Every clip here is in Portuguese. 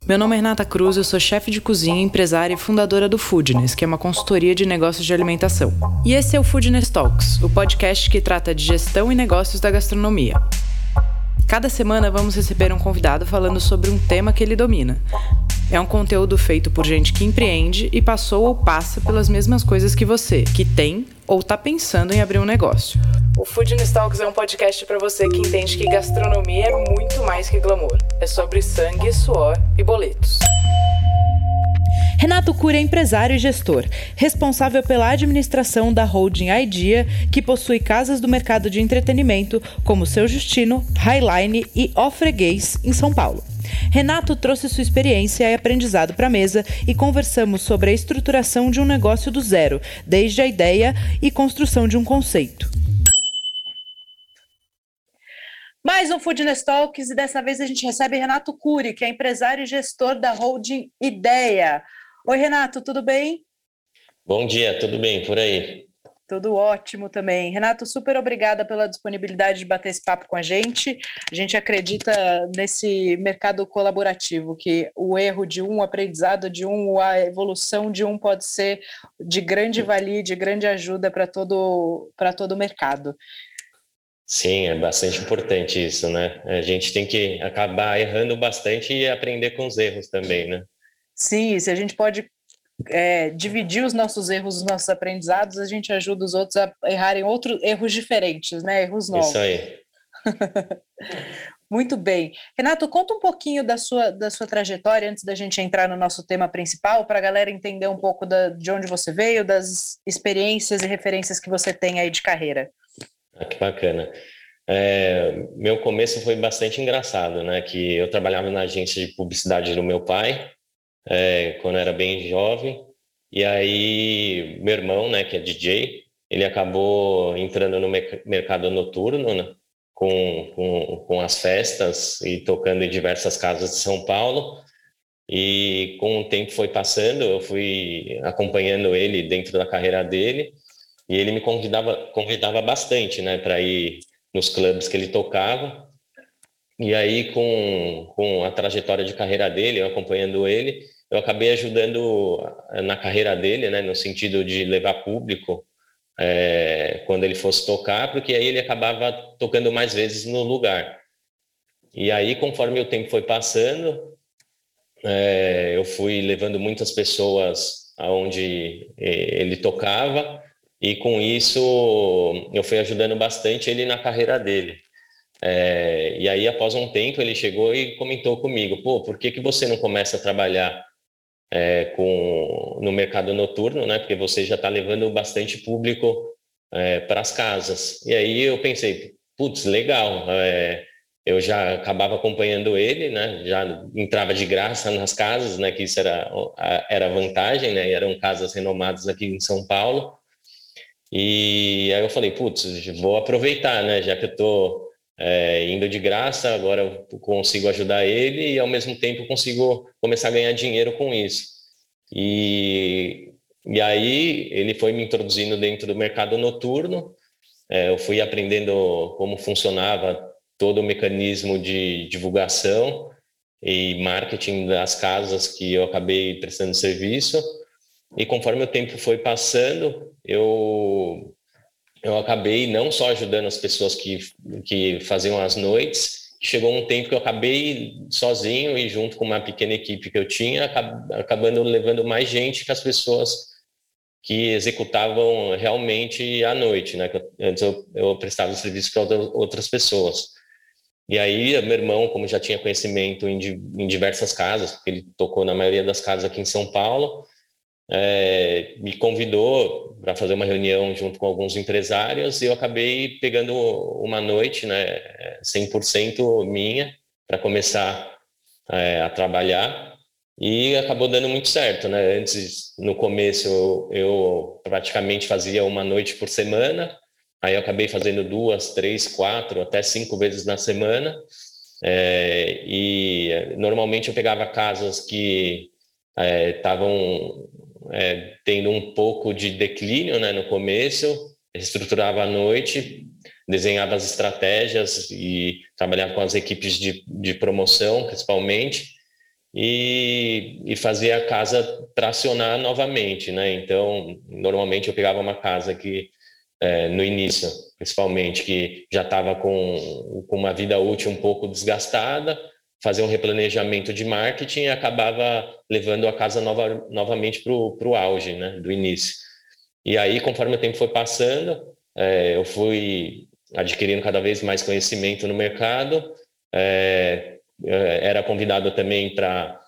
Meu nome é Renata Cruz, eu sou chefe de cozinha, empresária e fundadora do Foodness, que é uma consultoria de negócios de alimentação. E esse é o Foodness Talks, o podcast que trata de gestão e negócios da gastronomia. Cada semana vamos receber um convidado falando sobre um tema que ele domina. É um conteúdo feito por gente que empreende e passou ou passa pelas mesmas coisas que você, que tem ou está pensando em abrir um negócio. O Foodness Talks é um podcast para você que entende que gastronomia é muito mais que glamour. É sobre sangue, suor e boletos. Renato Cury é empresário e gestor, responsável pela administração da holding Idea, que possui casas do mercado de entretenimento como Seu Justino, Highline e O Freguês, em São Paulo. Renato trouxe sua experiência e aprendizado para a mesa e conversamos sobre a estruturação de um negócio do zero, desde a ideia e construção de um conceito. Mais um Foodness Talks e dessa vez a gente recebe Renato Cury, que é empresário e gestor da holding Idea. Oi, Renato, tudo bem? Bom dia, tudo bem por aí? Tudo ótimo também. Renato, super obrigada pela disponibilidade de bater esse papo com a gente. A gente acredita nesse mercado colaborativo, que o erro de um, o aprendizado de um, a evolução de um pode ser de grande valia, de grande ajuda para todo o mercado. Sim, é bastante importante isso, né? A gente tem que acabar errando bastante e aprender com os erros também, né? Sim, se a gente pode dividir os nossos erros, os nossos aprendizados, a gente ajuda os outros a errarem outros erros diferentes, né? Erros novos. Isso aí. Muito bem. Renato, conta um pouquinho da sua trajetória antes da gente entrar no nosso tema principal, para a galera entender um pouco de onde você veio, das experiências e referências que você tem aí de carreira. Que bacana. Meu começo foi bastante engraçado, né? Que eu trabalhava na agência de publicidade do meu pai, quando eu era bem jovem, e aí meu irmão, né, que é DJ, ele acabou entrando no mercado noturno, né, com as festas e tocando em diversas casas de São Paulo, e com o tempo foi passando, eu fui acompanhando ele dentro da carreira dele, e ele me convidava bastante, né, para ir nos clubes que ele tocava. E aí, com a trajetória de carreira dele, eu acompanhando ele, eu acabei ajudando na carreira dele, né, no sentido de levar público quando ele fosse tocar, porque aí ele acabava tocando mais vezes no lugar. E aí, conforme o tempo foi passando, eu fui levando muitas pessoas aonde ele tocava, e com isso eu fui ajudando bastante ele na carreira dele. E aí, após um tempo, ele chegou e comentou comigo: pô, por que você não começa a trabalhar no mercado noturno, né? Porque você já está levando bastante público para as casas. E aí eu pensei, putz, legal. Eu já acabava acompanhando ele, né? Já entrava de graça nas casas, né? Que isso era a vantagem, né? E eram casas renomadas aqui em São Paulo. E aí eu falei, putz, vou aproveitar, né? Já que eu estou indo de graça, agora eu consigo ajudar ele e ao mesmo tempo consigo começar a ganhar dinheiro com isso. E aí ele foi me introduzindo dentro do mercado noturno, eu fui aprendendo como funcionava todo o mecanismo de divulgação e marketing das casas que eu acabei prestando serviço, e conforme o tempo foi passando, eu acabei não só ajudando as pessoas que faziam as noites, chegou um tempo que eu acabei sozinho e junto com uma pequena equipe que eu tinha, acabando levando mais gente que as pessoas que executavam realmente à noite, né? Antes eu prestava serviço para outras pessoas. E aí, meu irmão, como já tinha conhecimento em diversas casas, porque ele tocou na maioria das casas aqui em São Paulo, me convidou para fazer uma reunião junto com alguns empresários, e eu acabei pegando uma noite, né, 100% minha, para começar a trabalhar, e acabou dando muito certo, né? Antes, no começo, eu praticamente fazia uma noite por semana, aí eu acabei fazendo 2, 3, 4, até 5 vezes na semana, e normalmente eu pegava casas que estavam tendo um pouco de declínio, né, no começo, estruturava à noite, desenhava as estratégias e trabalhava com as equipes de promoção, principalmente, e fazia a casa tracionar novamente, né? Então, normalmente eu pegava uma casa que, no início, principalmente, que já estava com uma vida útil um pouco desgastada, fazia um replanejamento de marketing e acabava levando a casa novamente para o auge, né? Do início. E aí, conforme o tempo foi passando, eu fui adquirindo cada vez mais conhecimento no mercado, era convidado também para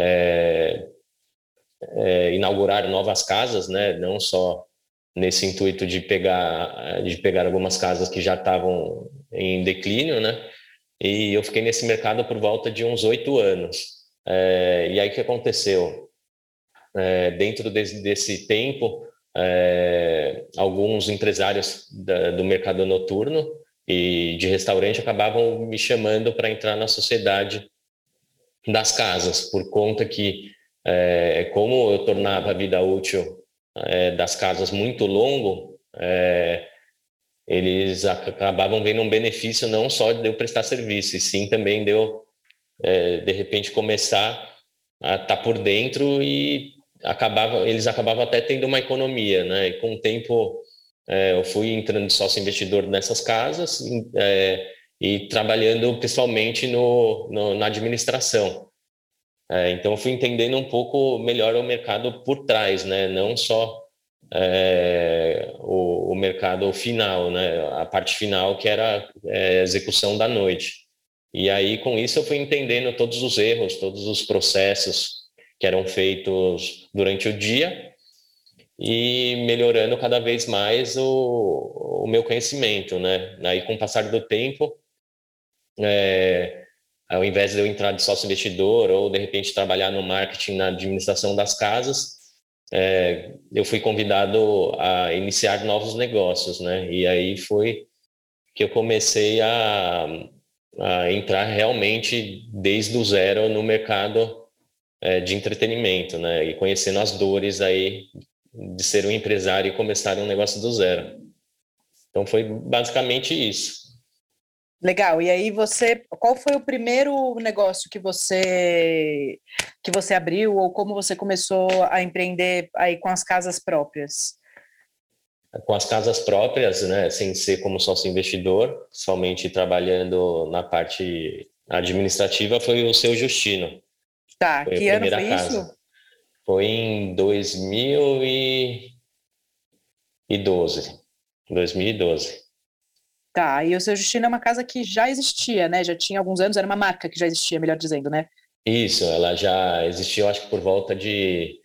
inaugurar novas casas, né? Não só nesse intuito de pegar algumas casas que já estavam em declínio, né? E eu fiquei nesse mercado por volta de uns 8 anos. E aí o que aconteceu? Dentro desse tempo, alguns empresários do mercado noturno e de restaurante acabavam me chamando para entrar na sociedade das casas, por conta que, como eu tornava a vida útil das casas muito longo, eles acabavam vendo um benefício não só de eu prestar serviço, e sim também de eu, de repente, começar a estar por dentro e eles acabavam até tendo uma economia, né? E com o tempo eu fui entrando de sócio investidor nessas casas e trabalhando principalmente na administração. Então eu fui entendendo um pouco melhor o mercado por trás, né? Não só o mercado final, né? A parte final que era a execução da noite. E aí com isso eu fui entendendo todos os erros, todos os processos que eram feitos durante o dia e melhorando cada vez mais o meu conhecimento, né? Aí com o passar do tempo, ao invés de eu entrar de sócio investidor ou de repente trabalhar no marketing, na administração das casas, eu fui convidado a iniciar novos negócios, né? E aí foi que eu comecei a entrar realmente desde o zero no mercado de entretenimento, né? E conhecendo as dores aí de ser um empresário e começar um negócio do zero. Então foi basicamente isso. Legal. E aí qual foi o primeiro negócio que você abriu ou como você começou a empreender aí com as casas próprias? Com as casas próprias, né, sem ser como sócio investidor, somente trabalhando na parte administrativa, foi o Seu Justino. Tá, Foi a que ano primeira foi isso? casa. Foi em 2012. Tá, e o Seu Justino é uma casa que já existia, né? Já tinha alguns anos, era uma marca que já existia, melhor dizendo, né? Isso, ela já existiu, acho que por volta de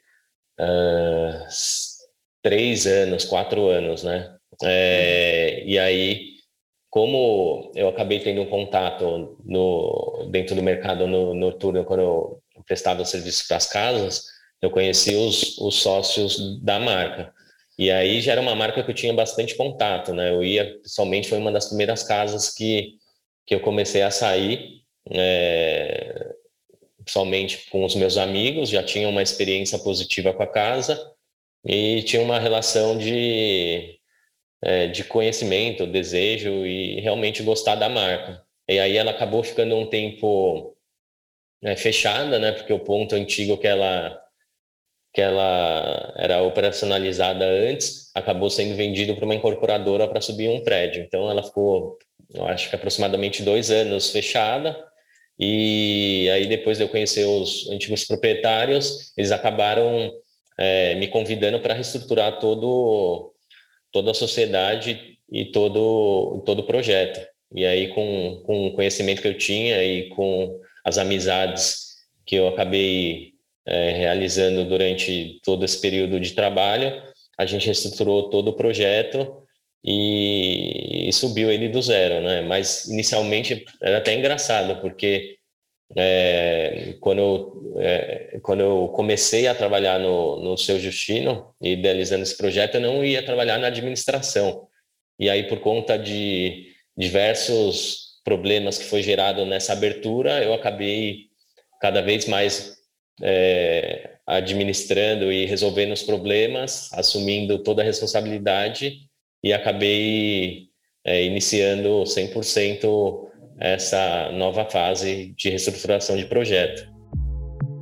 3 anos, 4 anos, né? E aí, como eu acabei tendo um contato dentro do mercado noturno, quando eu prestava serviço para as casas, eu conheci os sócios da marca. E aí já era uma marca que eu tinha bastante contato, né? Eu ia, pessoalmente, foi uma das primeiras casas que eu comecei a sair, pessoalmente com os meus amigos, já tinha uma experiência positiva com a casa e tinha uma relação de conhecimento, desejo e realmente gostar da marca. E aí ela acabou ficando um tempo fechada, né? Porque o ponto antigo que ela era operacionalizada antes acabou sendo vendido para uma incorporadora para subir um prédio. Então ela ficou, eu acho que aproximadamente 2 anos fechada. E aí depois de eu conhecer os antigos proprietários, eles acabaram me convidando para reestruturar toda a sociedade e todo o projeto. E aí, com o conhecimento que eu tinha e com as amizades que eu acabei realizando durante todo esse período de trabalho, a gente reestruturou todo o projeto e subiu ele do zero, né? Mas inicialmente era até engraçado, porque quando eu comecei a trabalhar no Seu Justino, idealizando esse projeto, eu não ia trabalhar na administração. E aí, por conta de diversos problemas que foi gerado nessa abertura, eu acabei cada vez mais administrando e resolvendo os problemas, assumindo toda a responsabilidade e acabei iniciando 100% essa nova fase de reestruturação de projeto.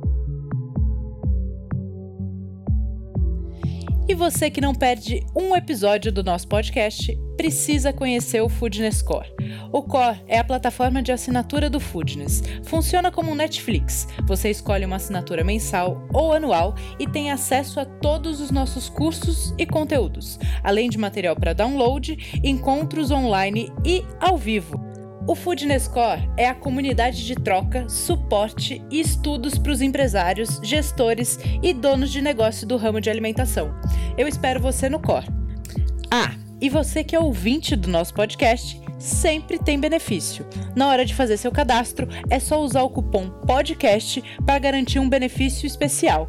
E você que não perde um episódio do nosso podcast, precisa conhecer o Foodness Core. O Core é a plataforma de assinatura do Foodness. Funciona como um Netflix. Você escolhe uma assinatura mensal ou anual e tem acesso a todos os nossos cursos e conteúdos, além de material para download, encontros online e ao vivo. O Foodness Core é a comunidade de troca, suporte e estudos para os empresários, gestores e donos de negócio do ramo de alimentação. Eu espero você no Core. E você que é ouvinte do nosso podcast, sempre tem benefício. Na hora de fazer seu cadastro, é só usar o cupom PODCAST para garantir um benefício especial.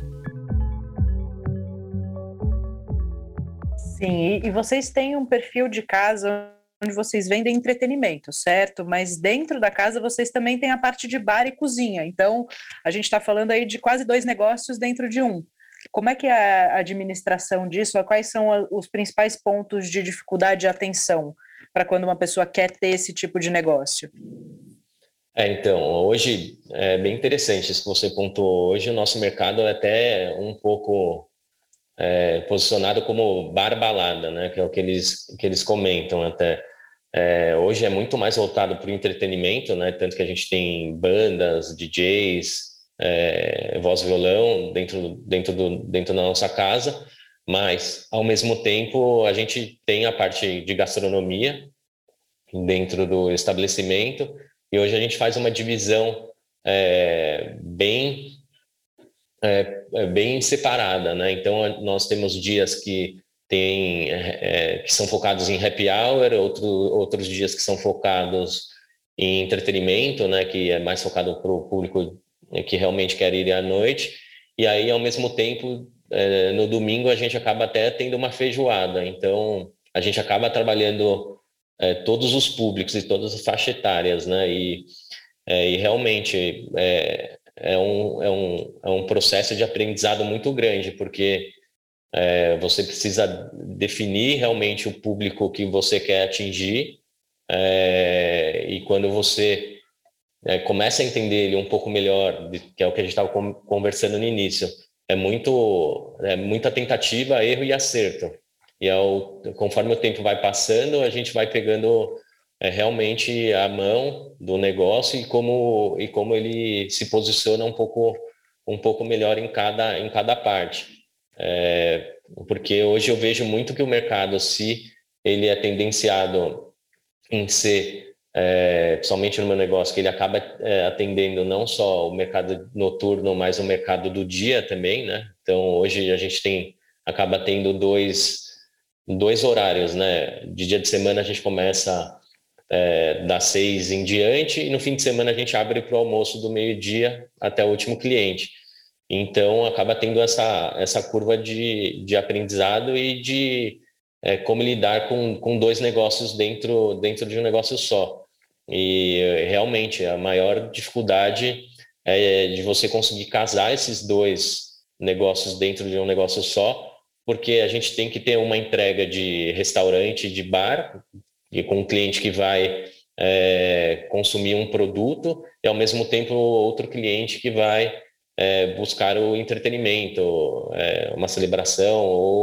Sim, e vocês têm um perfil de casa onde vocês vendem entretenimento, certo? Mas dentro da casa vocês também têm a parte de bar e cozinha. Então, a gente está falando aí de quase 2 negócios dentro de um. Como é que é a administração disso? Quais são os principais pontos de dificuldade e atenção para quando uma pessoa quer ter esse tipo de negócio? Então, hoje é bem interessante isso que você pontuou. Hoje o nosso mercado é até um pouco posicionado como bar-balada, né? Que é o que eles comentam até. Hoje é muito mais voltado para o entretenimento, né? Tanto que a gente tem bandas, DJs, voz e violão dentro da nossa casa, mas ao mesmo tempo a gente tem a parte de gastronomia dentro do estabelecimento e hoje a gente faz uma divisão bem separada, né? Então nós temos dias que que são focados em happy hour, outros dias que são focados em entretenimento, né? Que é mais focado para o público que realmente quer ir à noite. E aí, ao mesmo tempo, no domingo a gente acaba até tendo uma feijoada. Então a gente acaba trabalhando todos os públicos e todas as faixas etárias, né? E realmente é um processo de aprendizado muito grande, porque você precisa definir realmente o público que você quer atingir, e quando você começa a entender ele um pouco melhor, que é o que a gente estava conversando no início, é muita tentativa, erro e acerto. E conforme o tempo vai passando, a gente vai pegando realmente a mão do negócio e como ele se posiciona um pouco melhor em cada parte. Porque hoje eu vejo muito que o mercado, se ele é tendenciado em ser, principalmente no meu negócio, que ele acaba atendendo não só o mercado noturno, mas o mercado do dia também, né? Então hoje a gente acaba tendo dois horários, né? De dia de semana a gente começa das 6 em diante e no fim de semana a gente abre para o almoço do meio-dia até o último cliente. Então, acaba tendo essa curva de aprendizado e de como lidar com 2 negócios dentro de um negócio só. E, realmente, a maior dificuldade é de você conseguir casar esses 2 negócios dentro de um negócio só, porque a gente tem que ter uma entrega de restaurante, de bar, e com um cliente que vai consumir um produto, e, ao mesmo tempo, outro cliente que vai buscar o entretenimento, uma celebração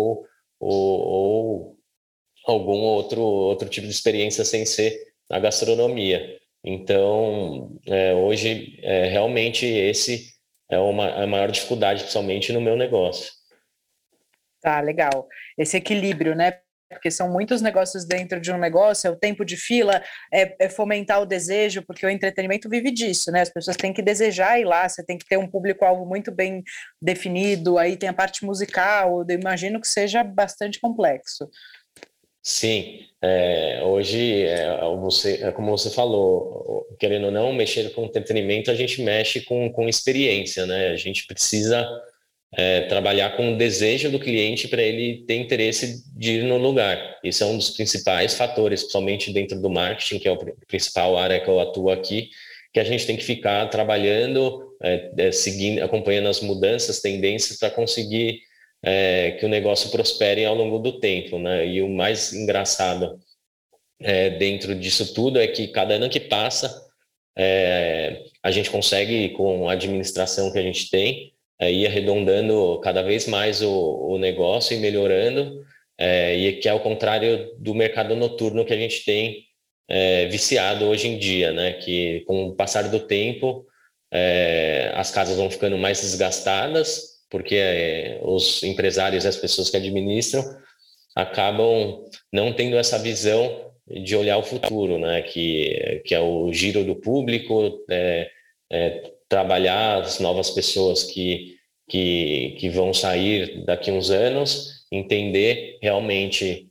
ou algum outro tipo de experiência sem ser a gastronomia. Então, hoje, realmente, esse é a maior dificuldade, principalmente no meu negócio. Tá, legal. Esse equilíbrio, né? Porque são muitos negócios dentro de um negócio, é o tempo de fila, é fomentar o desejo, porque o entretenimento vive disso, né? As pessoas têm que desejar ir lá, você tem que ter um público-alvo muito bem definido, aí tem a parte musical, eu imagino que seja bastante complexo. Sim, hoje, como você falou, querendo ou não, mexer com entretenimento, a gente mexe com experiência, né? A gente precisa trabalhar com o desejo do cliente para ele ter interesse de ir no lugar. Isso é um dos principais fatores, principalmente dentro do marketing, que é a principal área que eu atuo aqui, que a gente tem que ficar trabalhando, seguindo, acompanhando as mudanças, tendências para conseguir que o negócio prospere ao longo do tempo, né? E o mais engraçado dentro disso tudo é que cada ano que passa, a gente consegue, com a administração que a gente tem, ir arredondando cada vez mais o negócio e melhorando, e que é ao contrário do mercado noturno que a gente tem viciado hoje em dia, né? Que com o passar do tempo as casas vão ficando mais desgastadas, porque os empresários e as pessoas que administram acabam não tendo essa visão de olhar o futuro, né? Que é o giro do público, trabalhar as novas pessoas que vão sair daqui uns anos, entender realmente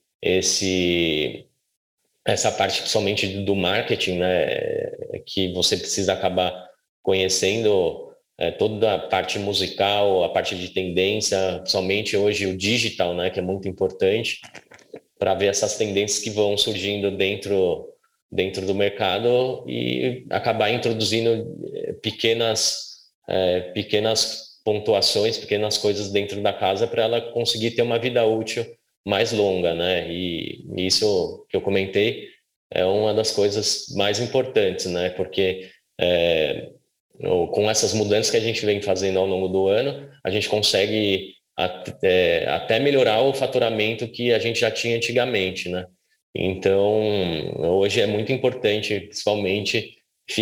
essa parte principalmente do marketing, né? Que você precisa acabar conhecendo toda a parte musical, a parte de tendência, somente hoje o digital, né? Que é muito importante para ver essas tendências que vão surgindo dentro do mercado e acabar introduzindo pequenas pontuações, pequenas coisas dentro da casa para ela conseguir ter uma vida útil mais longa, né? E isso que eu comentei é uma das coisas mais importantes, né? Porque com essas mudanças que a gente vem fazendo ao longo do ano, a gente consegue até melhorar o faturamento que a gente já tinha antigamente, né? Então, hoje é muito importante, principalmente,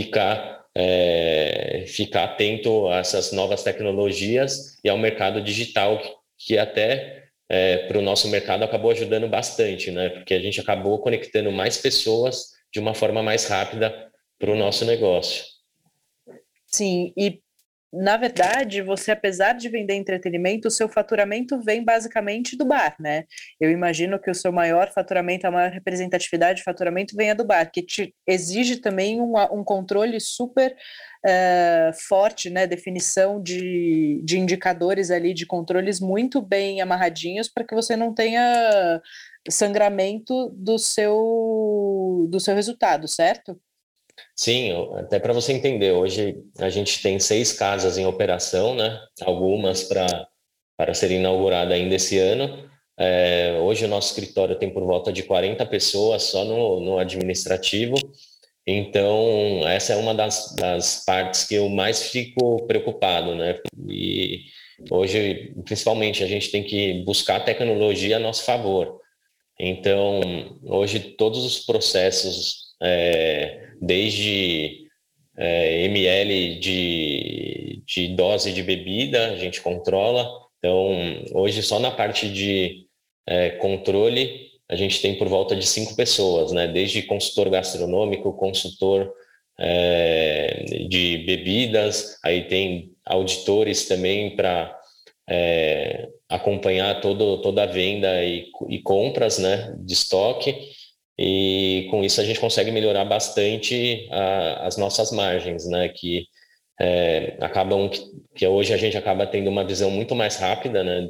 ficar atento a essas novas tecnologias e ao mercado digital, que até para o nosso mercado acabou ajudando bastante, né? Porque a gente acabou conectando mais pessoas de uma forma mais rápida para o nosso negócio. Sim, e na verdade, você, apesar de vender entretenimento, o seu faturamento vem basicamente do bar, né? Eu imagino que o seu maior faturamento, a maior representatividade de faturamento venha do bar, que te exige também um controle super forte, né? Definição de indicadores ali, de controles muito bem amarradinhos para que você não tenha sangramento do seu resultado, certo? Sim, até para você entender, hoje a gente tem 6 casas em operação, né? Algumas para serem inauguradas ainda esse ano. Hoje o nosso escritório tem por volta de 40 pessoas só no administrativo. Então, essa é uma das partes que eu mais fico preocupado, né? E hoje, principalmente, a gente tem que buscar a tecnologia a nosso favor. Então, hoje todos os processos, desde ml de dose de bebida, a gente controla. Então, hoje só na parte de controle, a gente tem por volta de 5 pessoas, né? Desde consultor gastronômico, consultor de bebidas, aí tem auditores também para acompanhar toda a venda e compras, né, de estoque, e com isso a gente consegue melhorar bastante as nossas margens, né, que acabam que hoje a gente acaba tendo uma visão muito mais rápida, né,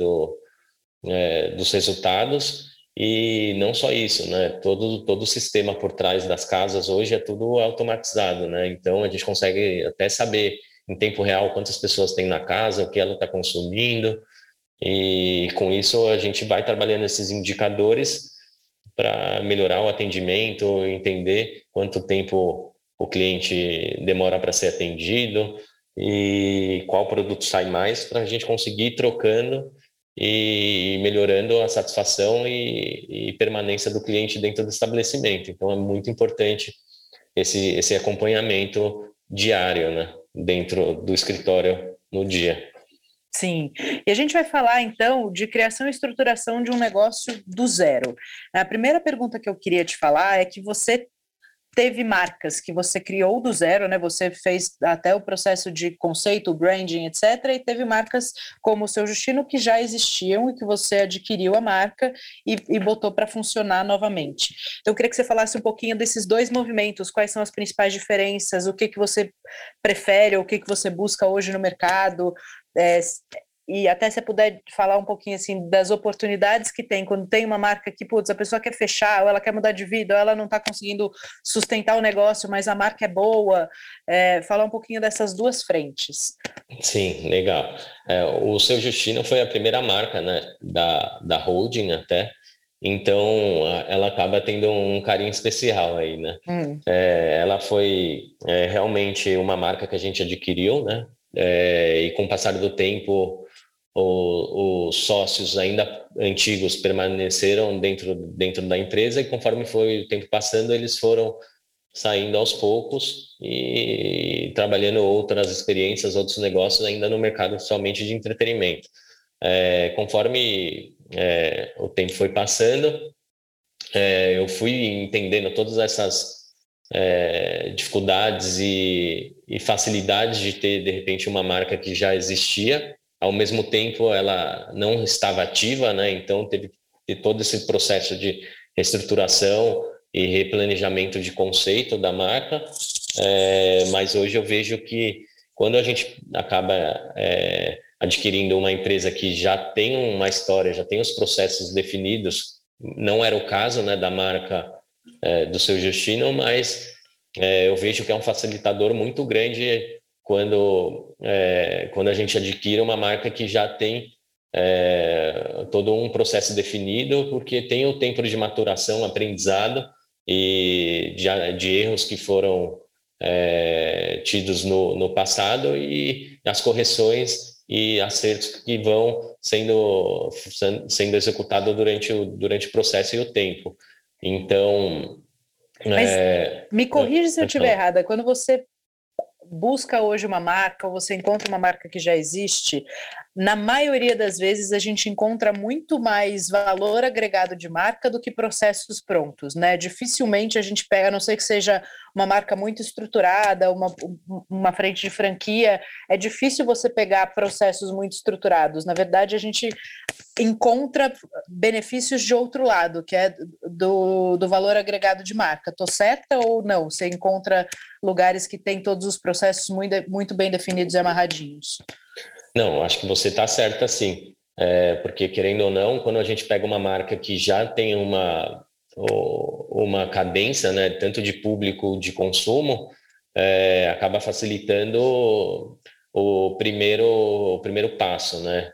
dos resultados. E não só isso, né? Todo o sistema por trás das casas hoje é tudo automatizado, né? Então a gente consegue até saber em tempo real quantas pessoas tem na casa, o que ela está consumindo, e com isso a gente vai trabalhando esses indicadores para melhorar o atendimento, entender quanto tempo o cliente demora para ser atendido e qual produto sai mais, para a gente conseguir ir trocando e melhorando a satisfação e permanência do cliente dentro do estabelecimento. Então é muito importante esse acompanhamento diário, né, dentro do escritório no dia. Sim, e a gente vai falar então de criação e estruturação de um negócio do zero. A primeira pergunta que eu queria te falar é que você teve marcas que você criou do zero, né? Você fez até o processo de conceito, branding, etc. E teve marcas como o Seu Justino que já existiam e que você adquiriu a marca e botou para funcionar novamente. Então, eu queria que você falasse um pouquinho desses dois movimentos, quais são as principais diferenças, o que você prefere, o que você busca hoje no mercado, e até se você puder falar um pouquinho assim das oportunidades que tem quando tem uma marca que, putz, a pessoa quer fechar, ou ela quer mudar de vida, ou ela não está conseguindo sustentar o negócio, mas a marca é boa, falar um pouquinho dessas duas frentes. Sim, legal. O Seu Justino foi a primeira marca, né, da holding até, então ela acaba tendo um carinho especial aí, né? Ela foi realmente uma marca que a gente adquiriu, né? e com o passar do tempo, os sócios ainda antigos permaneceram dentro da empresa, e conforme foi o tempo passando, eles foram saindo aos poucos e trabalhando outras experiências, outros negócios ainda no mercado somente de entretenimento. Conforme o tempo foi passando, eu fui entendendo todas essas dificuldades e facilidades de ter, de repente, uma marca que já existia. Ao mesmo tempo, ela não estava ativa, né? Então, teve que ter todo esse processo de reestruturação e replanejamento de conceito da marca. Mas hoje eu vejo que quando a gente acaba adquirindo uma empresa que já tem uma história, já tem os processos definidos, não era o caso, né, da marca do Seu Justino, mas eu vejo que é um facilitador muito grande quando a gente adquire uma marca que já tem todo um processo definido, porque tem o tempo de maturação, aprendizado e de erros que foram tidos no passado, e as correções e acertos que vão sendo executados durante o processo e o tempo. Então, Mas me corrija se eu pode estiver falar. errada. Quando você busca hoje uma marca, ou você encontra uma marca que já existe, na maioria das vezes a gente encontra muito mais valor agregado de marca do que processos prontos, né? Dificilmente a gente pega, a não ser que seja uma marca muito estruturada, uma frente de franquia, é difícil você pegar processos muito estruturados. Na verdade, a gente encontra benefícios de outro lado, que é do valor agregado de marca. Tô certa ou não? Você encontra lugares que têm todos os processos muito bem definidos e amarradinhos? Não, acho que você está certa, sim. Porque, querendo ou não, quando a gente pega uma marca que já tem uma cadência, né, tanto de público, de consumo, acaba facilitando o primeiro passo, né?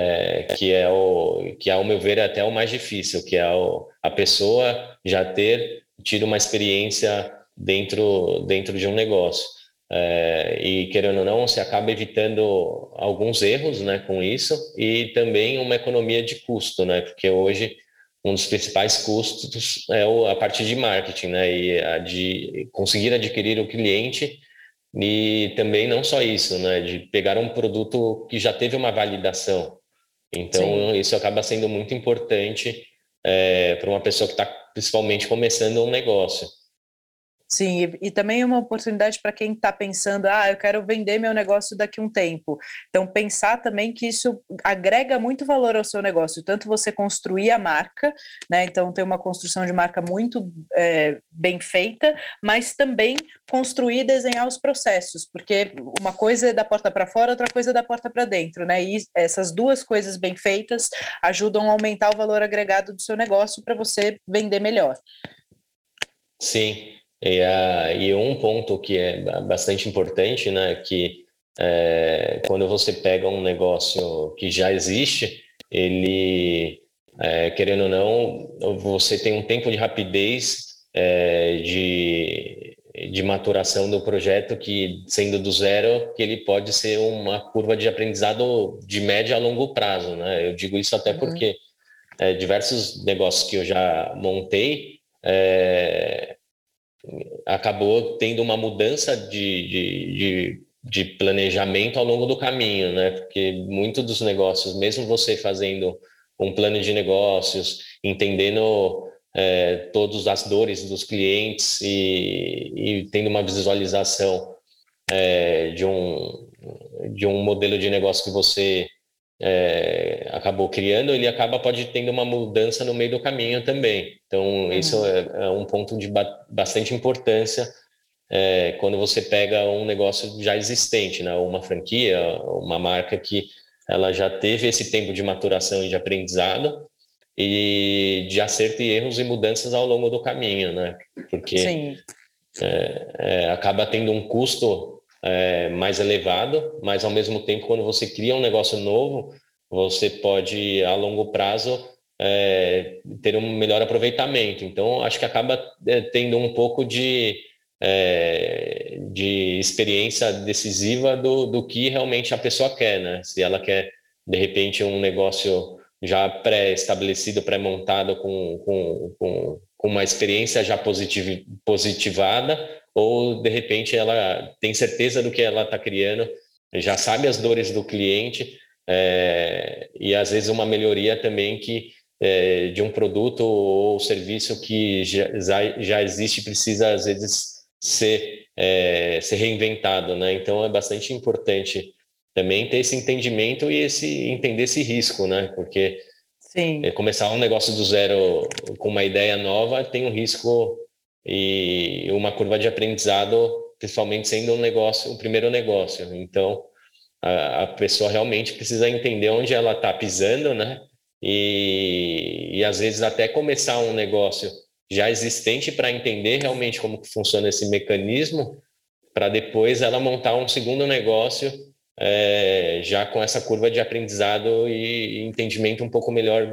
Que, ao meu ver, é até o mais difícil, que é a pessoa já ter tido uma experiência dentro de um negócio. E, querendo ou não, você acaba evitando alguns erros, né, com isso, e também uma economia de custo, né? Porque hoje um dos principais custos é a parte de marketing, né? E a de conseguir adquirir o cliente. E também não só isso, né, de pegar um produto que já teve uma validação. Sim. Então, isso acaba sendo muito importante para uma pessoa que está principalmente começando um negócio. Sim, e também é uma oportunidade para quem está pensando, eu quero vender meu negócio daqui a um tempo. Então, pensar também que isso agrega muito valor ao seu negócio, tanto você construir a marca, né? Então, ter uma construção de marca muito bem feita, mas também construir e desenhar os processos, porque uma coisa é da porta para fora, outra coisa é da porta para dentro, né? E essas duas coisas bem feitas ajudam a aumentar o valor agregado do seu negócio para você vender melhor. Sim, e um ponto que é bastante importante, né, que quando você pega um negócio que já existe, ele, querendo ou não, você tem um tempo de rapidez de maturação do projeto, que, sendo do zero, que ele pode ser uma curva de aprendizado de médio a longo prazo, né? Eu digo isso até Uhum. porque diversos negócios que eu já montei, acabou tendo uma mudança de planejamento ao longo do caminho, né? Porque muitos dos negócios, mesmo você fazendo um plano de negócios, entendendo todas as dores dos clientes e tendo uma visualização de um modelo de negócio que você acabou criando, ele pode tendo uma mudança no meio do caminho também. Então, isso Uhum. é um ponto de bastante importância quando você pega um negócio já existente, né? Uma franquia, uma marca que ela já teve esse tempo de maturação e de aprendizado e de acerto e erros e mudanças ao longo do caminho, né? Porque Sim. acaba tendo um custo mais elevado, mas ao mesmo tempo, quando você cria um negócio novo, você pode, a longo prazo, ter um melhor aproveitamento. Então, acho que acaba tendo um pouco de experiência decisiva do que realmente a pessoa quer, né? Se ela quer, de repente, um negócio já pré-estabelecido, pré-montado, com uma experiência já positivada, ou, de repente, ela tem certeza do que ela está criando, já sabe as dores do cliente, e, às vezes, uma melhoria também de um produto ou serviço que já existe, precisa, às vezes, ser reinventado, né? Então é bastante importante também ter esse entendimento e entender esse risco, né? Porque Sim. começar um negócio do zero com uma ideia nova tem um risco e uma curva de aprendizado, principalmente sendo o primeiro negócio. Então a pessoa realmente precisa entender onde ela está pisando, né? E às vezes até começar um negócio já existente para entender realmente como que funciona esse mecanismo, para depois ela montar um segundo negócio já com essa curva de aprendizado e entendimento um pouco melhor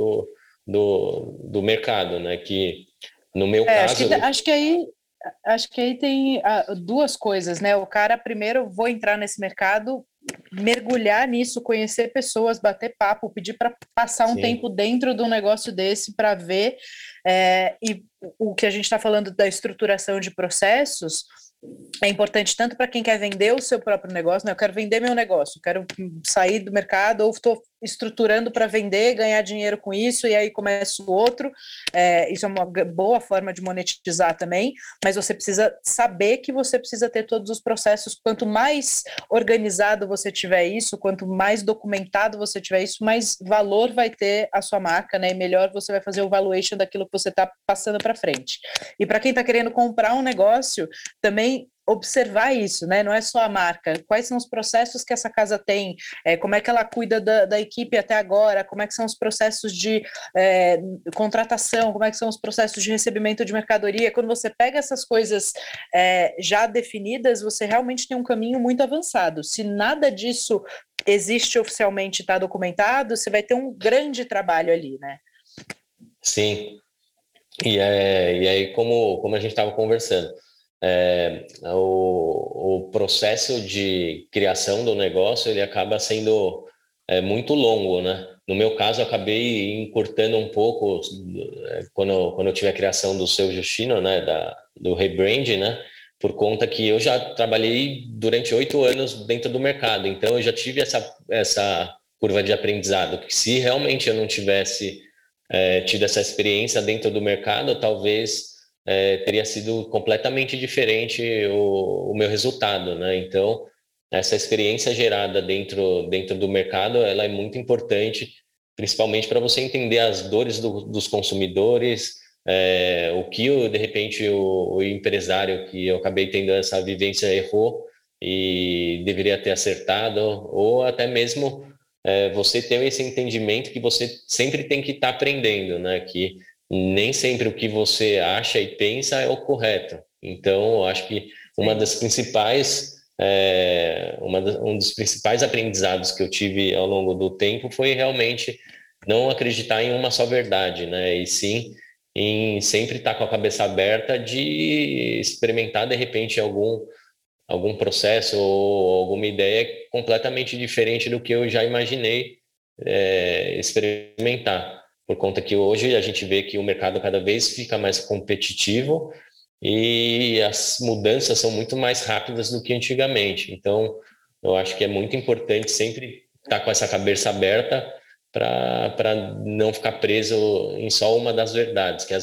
do mercado, né? Que no meu Acho caso, que, acho que aí tem duas coisas, né? O cara, primeiro, vou entrar nesse mercado, mergulhar nisso, conhecer pessoas, bater papo, pedir para passar um tempo sim, dentro de um negócio desse para ver. E o que a gente está falando da estruturação de processos é importante tanto para quem quer vender o seu próprio negócio, né? Eu quero vender meu negócio, quero sair do mercado ou estou estruturando para vender, ganhar dinheiro com isso e aí começa o outro. Isso é uma boa forma de monetizar também, mas você precisa saber que você precisa ter todos os processos. Quanto mais organizado você tiver isso, quanto mais documentado você tiver isso, mais valor vai ter a sua marca, né? E melhor você vai fazer o valuation daquilo que você está passando para frente. E para quem está querendo comprar um negócio, também observar isso, né? Não é só a marca. Quais são os processos que essa casa tem? Como é que ela cuida da equipe até agora? Como é que são os processos de contratação? Como é que são os processos de recebimento de mercadoria? Quando você pega essas coisas já definidas, você realmente tem um caminho muito avançado. Se nada disso existe oficialmente, está documentado, você vai ter um grande trabalho ali, né? sim. E aí, como a gente estava conversando, o processo de criação do negócio ele acaba sendo muito longo, né? No meu caso, eu acabei encurtando um pouco quando eu tive a criação do Seu Justino, né? Do rebrand, né? Por conta que eu já trabalhei durante 8 anos dentro do mercado, então eu já tive essa curva de aprendizado, que se realmente eu não tivesse tido essa experiência dentro do mercado, talvez teria sido completamente diferente o meu resultado, né? Então, essa experiência gerada dentro do mercado, ela é muito importante, principalmente para você entender as dores dos consumidores, o que, de repente, o empresário que eu acabei tendo essa vivência errou e deveria ter acertado, ou até mesmo você ter esse entendimento que você sempre tem que estar aprendendo, né? Que nem sempre o que você acha e pensa é o correto. Então, eu acho que uma Sim. das principais, um dos principais aprendizados que eu tive ao longo do tempo foi realmente não acreditar em uma só verdade, né? E sim em sempre estar com a cabeça aberta de experimentar de repente algum processo ou alguma ideia completamente diferente do que eu já imaginei experimentar. Por conta que hoje a gente vê que o mercado cada vez fica mais competitivo e as mudanças são muito mais rápidas do que antigamente. Então, eu acho que é muito importante sempre estar com essa cabeça aberta para não ficar preso em só uma das verdades, que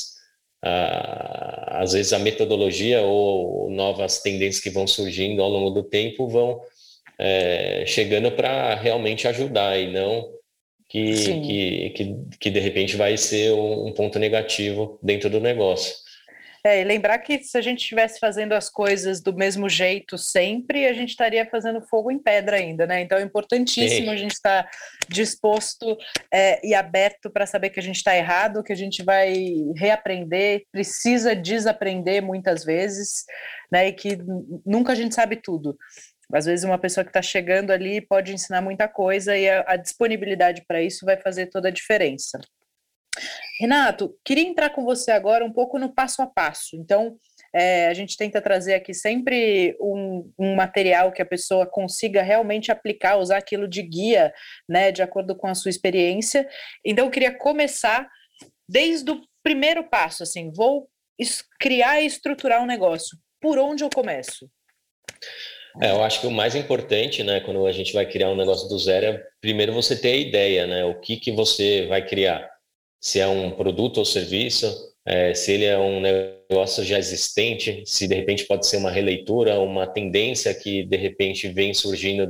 às vezes a metodologia ou novas tendências que vão surgindo ao longo do tempo vão chegando para realmente ajudar e não Sim. que de repente vai ser um ponto negativo dentro do negócio. E lembrar que se a gente estivesse fazendo as coisas do mesmo jeito sempre, a gente estaria fazendo fogo em pedra ainda, né? Então é importantíssimo a Sim, gente estar disposto e aberto para saber que a gente está errado, que a gente vai reaprender, precisa desaprender muitas vezes, né? E que nunca a gente sabe tudo. Às vezes uma pessoa que está chegando ali pode ensinar muita coisa e a disponibilidade para isso vai fazer toda a diferença. Renato, queria entrar com você agora um pouco no passo a passo. Então, A gente tenta trazer aqui sempre um material que a pessoa consiga realmente aplicar, usar aquilo de guia, né, de acordo com a sua experiência. Então, eu queria começar desde o primeiro passo, assim, vou criar e estruturar um negócio. Por onde eu começo? Eu acho que o mais importante, né, quando a gente vai criar um negócio do zero, é primeiro você ter a ideia, né, o que você vai criar. Se é um produto ou serviço, se ele é um negócio já existente, se de repente pode ser uma releitura, uma tendência que de repente vem surgindo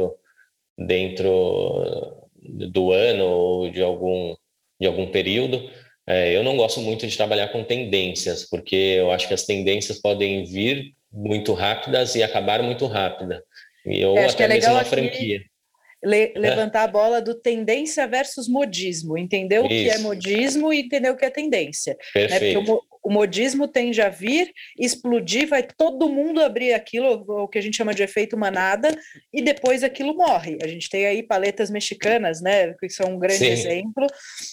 dentro do ano ou de algum período. Eu não gosto muito de trabalhar com tendências, porque eu acho que as tendências podem vir muito rápidas e acabar muito rápida, ou Acho que é até mesmo legal uma aqui franquia. levantar a bola do tendência versus modismo, entender o que é Isso, modismo e entender o que é tendência, né? Porque perfeito. o modismo tende a vir, explodir, vai todo mundo abrir aquilo, o que a gente chama de efeito manada, e depois aquilo morre. A gente tem aí paletas mexicanas, né? Que são um grande Sim, exemplo.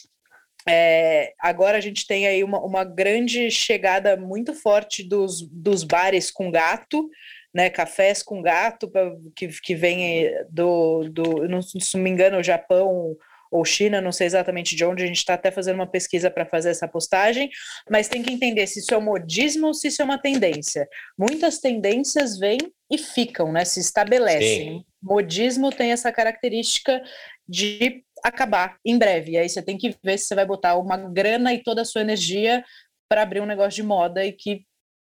Agora a gente tem aí uma grande chegada muito forte dos bares com gato, né, cafés com gato, que vem não, se não me engano, o Japão ou China, não sei exatamente de onde, a gente está até fazendo uma pesquisa para fazer essa postagem, mas tem que entender se isso é um modismo ou se isso é uma tendência. Muitas tendências vêm e ficam, né, se estabelecem. sim. Modismo tem essa característica de acabar em breve. E aí você tem que ver se você vai botar uma grana e toda a sua energia para abrir um negócio de moda e que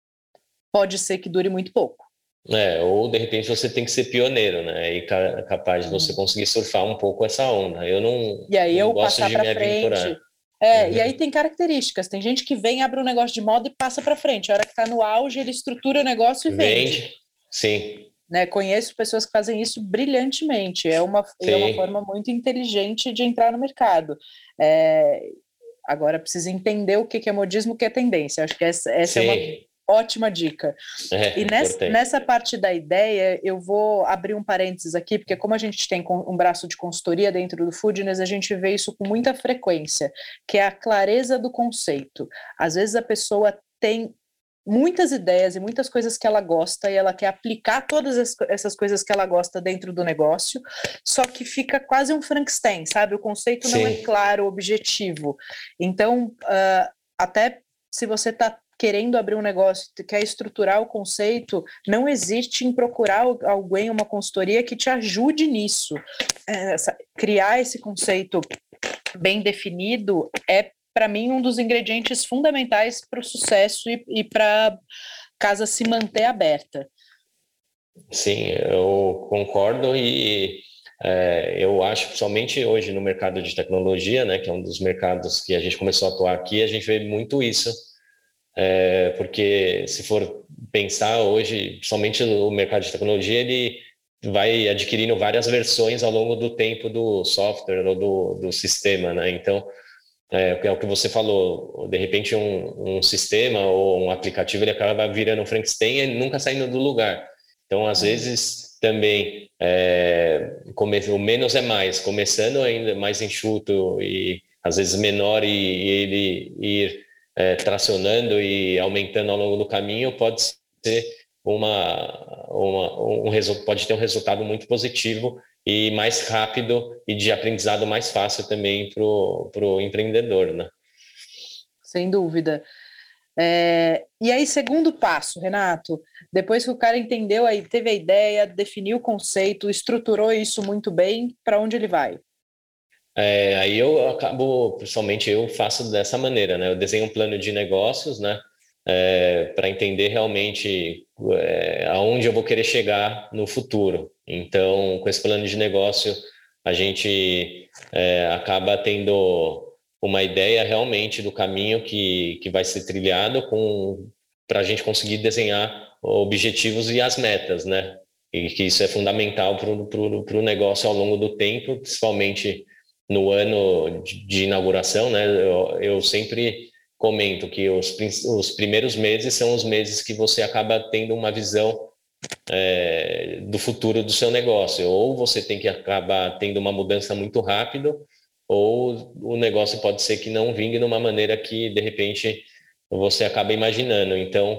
pode ser que dure muito pouco. Ou de repente você tem que ser pioneiro, né? E capaz de você conseguir surfar um pouco essa onda. Eu não, E aí não eu gosto passar de para me aventurar. frente. E aí Uhum. tem características. Tem gente que vem, abre um negócio de moda e passa para frente. A hora que está no auge, ele estrutura o negócio e vende. Vende? Sim, Né? Conheço pessoas que fazem isso brilhantemente. É uma sim, forma muito inteligente de entrar no mercado. É, Agora precisa entender o que é modismo, o que é tendência. Acho que essa é uma sim. ótima dica. E Importante. nessa parte da ideia, eu vou abrir um parênteses aqui, porque como a gente tem um braço de consultoria dentro do Foodness, a gente vê isso com muita frequência, que é a clareza do conceito. Às vezes a pessoa tem muitas ideias e muitas coisas que ela gosta e ela quer aplicar todas essas coisas que ela gosta dentro do negócio, só que fica quase um Frankenstein, sabe? O conceito não é Sim, claro, objetivo. Então, até se você está querendo abrir um negócio, quer estruturar o conceito, não existe em procurar alguém, uma consultoria que te ajude nisso. Criar esse conceito bem definido é, para mim, um dos ingredientes fundamentais para o sucesso e para a casa se manter aberta. sim, eu concordo e eu acho, principalmente hoje no mercado de tecnologia, né, que é um dos mercados que a gente começou a atuar aqui, a gente vê muito isso, porque se for pensar hoje, somente o mercado de tecnologia, ele vai adquirindo várias versões ao longo do tempo do software ou do sistema, né? Então, é o que você falou, de repente um sistema ou um aplicativo ele acaba virando um Frankenstein e ele nunca saindo do lugar. Então, às vezes, também, o menos é mais, começando ainda mais enxuto e às vezes menor e ele ir tracionando e aumentando ao longo do caminho pode ser pode ter um resultado muito positivo e mais rápido e de aprendizado mais fácil também para o empreendedor, né? Sem dúvida. E aí, segundo passo, Renato, depois que o cara entendeu, aí teve a ideia, definiu o conceito, estruturou isso muito bem, para onde ele vai? Aí eu acabo, principalmente eu faço dessa maneira, né? Eu desenho um plano de negócios, né? Para entender realmente aonde eu vou querer chegar no futuro. Então, com esse plano de negócio, a gente acaba tendo uma ideia realmente do caminho que vai ser trilhado para a gente conseguir desenhar objetivos e as metas, né? E que isso é fundamental para o negócio ao longo do tempo, principalmente no ano de inauguração, né? Eu sempre comento que os primeiros meses são os meses que você acaba tendo uma visão do futuro do seu negócio. Ou você tem que acabar tendo uma mudança muito rápido, ou o negócio pode ser que não vingue de uma maneira que, de repente, você acaba imaginando. Então,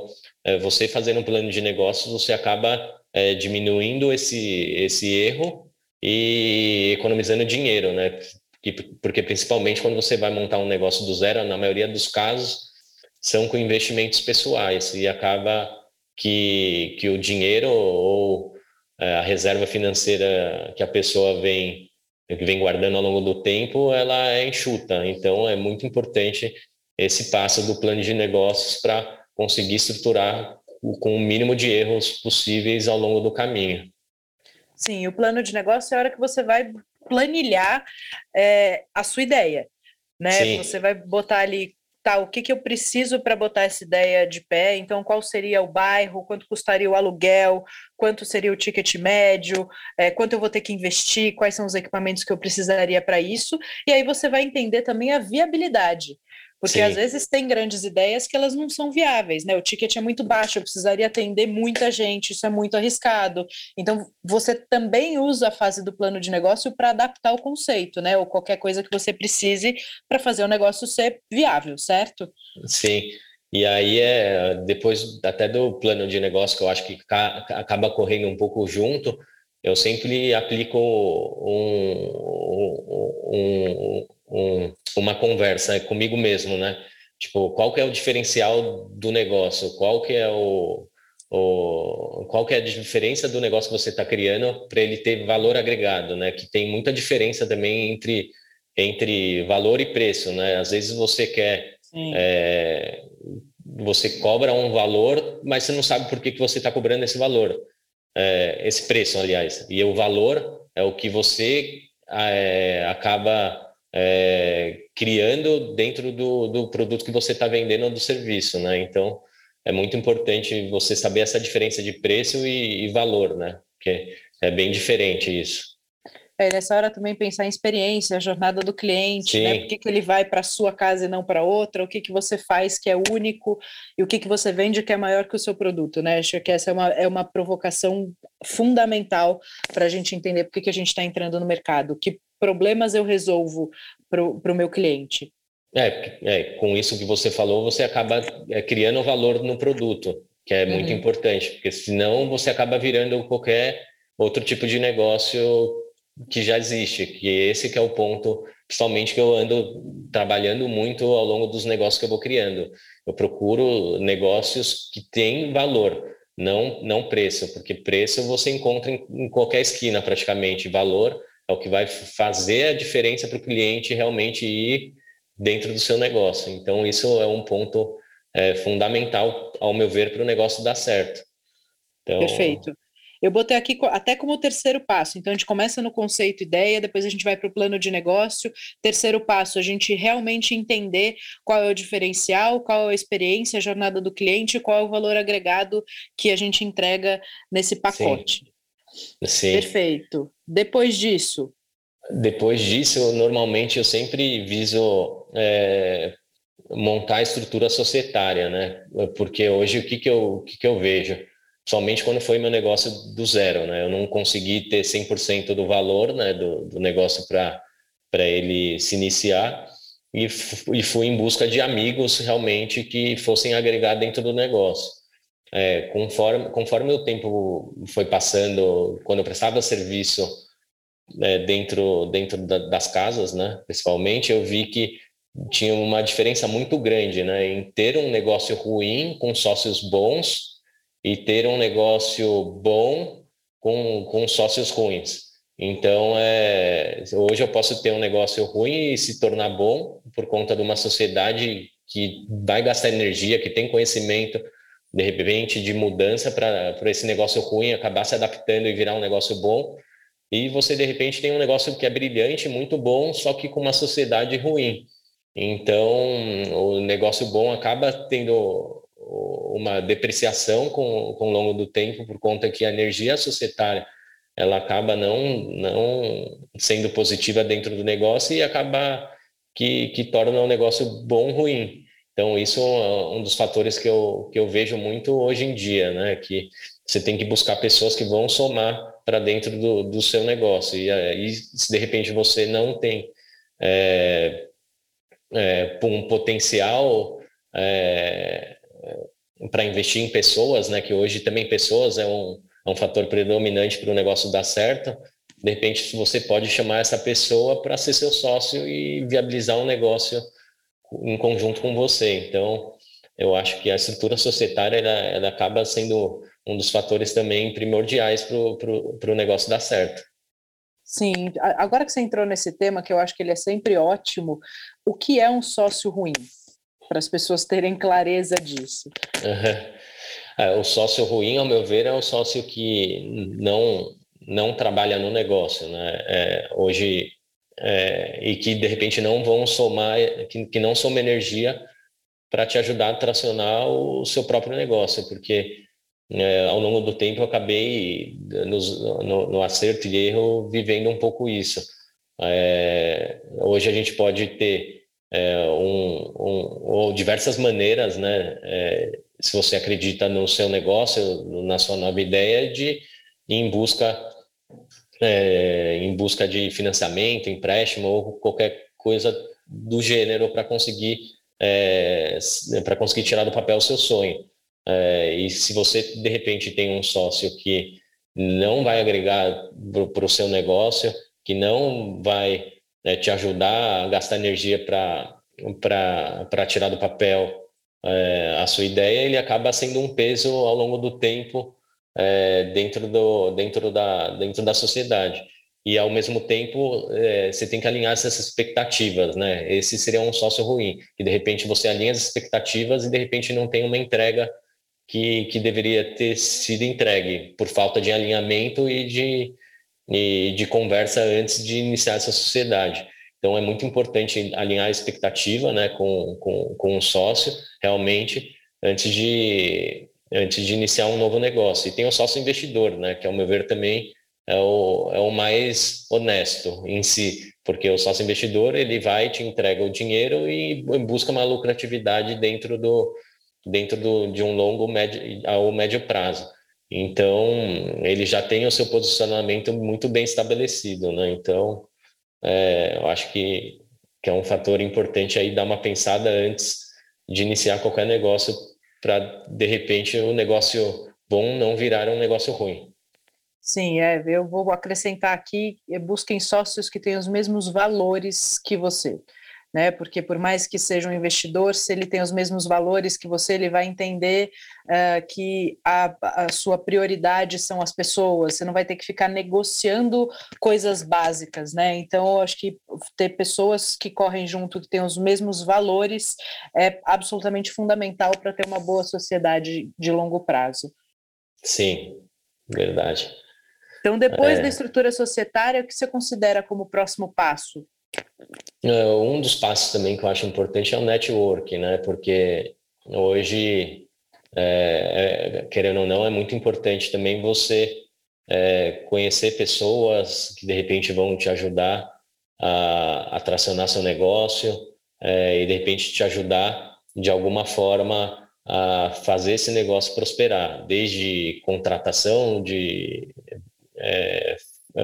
você fazendo um plano de negócios, você acaba diminuindo esse erro e economizando dinheiro, né? Porque principalmente quando você vai montar um negócio do zero, na maioria dos casos, são com investimentos pessoais e acaba que o dinheiro ou a reserva financeira que a pessoa vem guardando ao longo do tempo, ela é enxuta. Então, é muito importante esse passo do plano de negócios para conseguir estruturar com o mínimo de erros possíveis ao longo do caminho. Sim, o plano de negócio é a hora que você vai planilhar a sua ideia, né? Sim, Você vai botar ali, tá, o que que eu preciso para botar essa ideia de pé? Então, qual seria o bairro? Quanto custaria o aluguel? Quanto seria o ticket médio? Quanto eu vou ter que investir? Quais são os equipamentos que eu precisaria para isso? E aí você vai entender também a viabilidade. Porque às sim. vezes tem grandes ideias que elas não são viáveis, né? O ticket é muito baixo, eu precisaria atender muita gente, isso é muito arriscado. Então, você também usa a fase do plano de negócio para adaptar o conceito, né? Ou qualquer coisa que você precise para fazer o negócio ser viável, certo? Sim, e aí depois até do plano de negócio que eu acho que acaba correndo um pouco junto, eu sempre aplico uma conversa comigo mesmo, né? Tipo, qual que é o diferencial do negócio? Qual que é a diferença do negócio que você está criando para ele ter valor agregado, né? Que tem muita diferença também entre valor e preço, né? Às vezes Sim. é, você cobra um valor, mas você não sabe por que você está cobrando esse valor, esse preço, aliás. E o valor é o que você acaba criando dentro do produto que você está vendendo ou do serviço, né? Então, é muito importante você saber essa diferença de preço e valor, né? Porque é bem diferente isso. Nessa hora também pensar em experiência, a jornada do cliente, né? Por Sim, que que ele vai para a sua casa e não para outra? O que que você faz que é único e o que que você vende que é maior que o seu produto, né? Acho que essa é uma provocação fundamental para a gente entender por que que a gente está entrando no mercado, que problemas eu resolvo para o meu cliente. com isso que você falou, você acaba criando valor no produto, que é muito Uhum. importante, porque senão você acaba virando qualquer outro tipo de negócio que já existe, que esse que é o ponto, principalmente que eu ando trabalhando muito ao longo dos negócios que eu vou criando. Eu procuro negócios que têm valor, não preço, porque preço você encontra em qualquer esquina praticamente, valor é o que vai fazer a diferença para o cliente realmente ir dentro do seu negócio. Então, isso é um ponto fundamental, ao meu ver, para o negócio dar certo. Então, Perfeito. Eu botei aqui até como terceiro passo. Então, a gente começa no conceito ideia, depois a gente vai para o plano de negócio. Terceiro passo, a gente realmente entender qual é o diferencial, qual é a experiência, a jornada do cliente, qual é o valor agregado que a gente entrega nesse sim, pacote. sim. Perfeito. Depois disso, Depois disso, normalmente eu sempre viso montar a estrutura societária, né? Porque hoje o que que eu vejo? Somente quando foi meu negócio do zero, né? Eu não consegui ter 100% do valor, né, do negócio para ele se iniciar e fui em busca de amigos realmente que fossem agregar dentro do negócio. Conforme o tempo foi passando, quando eu prestava serviço dentro das casas, né, principalmente, eu vi que tinha uma diferença muito grande, né, em ter um negócio ruim com sócios bons e ter um negócio bom com sócios ruins. Então, hoje eu posso ter um negócio ruim e se tornar bom por conta de uma sociedade que vai gastar energia, que tem conhecimento, de repente, de mudança para esse negócio ruim acabar se adaptando e virar um negócio bom. E você, de repente, tem um negócio que é brilhante, muito bom, só que com uma sociedade ruim. Então, o negócio bom acaba tendo uma depreciação com o longo do tempo, por conta que a energia societária ela acaba não sendo positiva dentro do negócio e acaba que torna o negócio bom ruim. Então, isso é um dos fatores que eu vejo muito hoje em dia, né? Que você tem que buscar pessoas que vão somar para dentro do seu negócio. E aí, se de repente você não tem um potencial, é, para investir em pessoas, né? Que hoje também pessoas é um fator predominante para o negócio dar certo. De repente, você pode chamar essa pessoa para ser seu sócio e viabilizar um negócio em conjunto com você. Então, eu acho que a estrutura societária ela acaba sendo um dos fatores também primordiais para o negócio dar certo. Sim, agora que você entrou nesse tema, que eu acho que ele é sempre ótimo, o que é um sócio ruim? Para as pessoas terem clareza disso. O sócio ruim, ao meu ver, é o sócio que não trabalha no negócio, né? Hoje, e que de repente não vão somar, que não soma energia para te ajudar a tracionar o seu próprio negócio, porque ao longo do tempo eu acabei no acerto e erro vivendo um pouco isso. Hoje a gente pode ter ou diversas maneiras, né? Se você acredita no seu negócio, na sua nova ideia, de ir em busca de financiamento, empréstimo ou qualquer coisa do gênero para conseguir tirar do papel o seu sonho. E se você de repente tem um sócio que não vai agregar para o seu negócio, que não vai te ajudar a gastar energia para tirar do papel a sua ideia, ele acaba sendo um peso ao longo do tempo dentro da sociedade. E, ao mesmo tempo, você tem que alinhar essas expectativas, né? Esse seria um sócio ruim, que de repente você alinha as expectativas e de repente não tem uma entrega que deveria ter sido entregue por falta de alinhamento e de conversa antes de iniciar essa sociedade. Então, é muito importante alinhar a expectativa, né, com o sócio, realmente, antes de iniciar um novo negócio. E tem o sócio investidor, né, que, ao meu ver, também é o mais honesto em si, porque o sócio investidor, ele vai, te entrega o dinheiro e busca uma lucratividade de um longo ao médio prazo. Então, ele já tem o seu posicionamento muito bem estabelecido, né? Então, eu acho que é um fator importante aí dar uma pensada antes de iniciar qualquer negócio para, de repente, o negócio bom não virar um negócio ruim. Sim, eu vou acrescentar aqui, busquem sócios que tenham os mesmos valores que você, né? Porque por mais que seja um investidor, se ele tem os mesmos valores que você, ele vai entender que a sua prioridade são as pessoas, você não vai ter que ficar negociando coisas básicas, né? Então, eu acho que ter pessoas que correm junto, que têm os mesmos valores, é absolutamente fundamental para ter uma boa sociedade de longo prazo. Sim, verdade. Então, depois da estrutura societária, o que você considera como próximo passo? Um dos passos também que eu acho importante é o network, né? Porque hoje, querendo ou não, é muito importante também você conhecer pessoas que de repente vão te ajudar a tracionar seu negócio e de repente te ajudar de alguma forma a fazer esse negócio prosperar, desde contratação de é,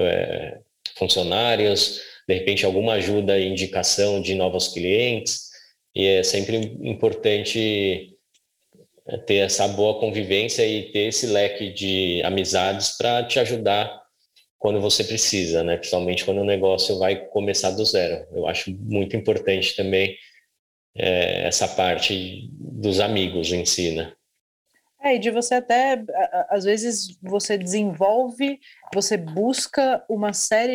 funcionários, de repente alguma ajuda e indicação de novos clientes, e é sempre importante ter essa boa convivência e ter esse leque de amizades para te ajudar quando você precisa, né? Principalmente quando o negócio vai começar do zero. Eu acho muito importante também essa parte dos amigos em si, né? E de você até, às vezes, você desenvolve, você busca uma série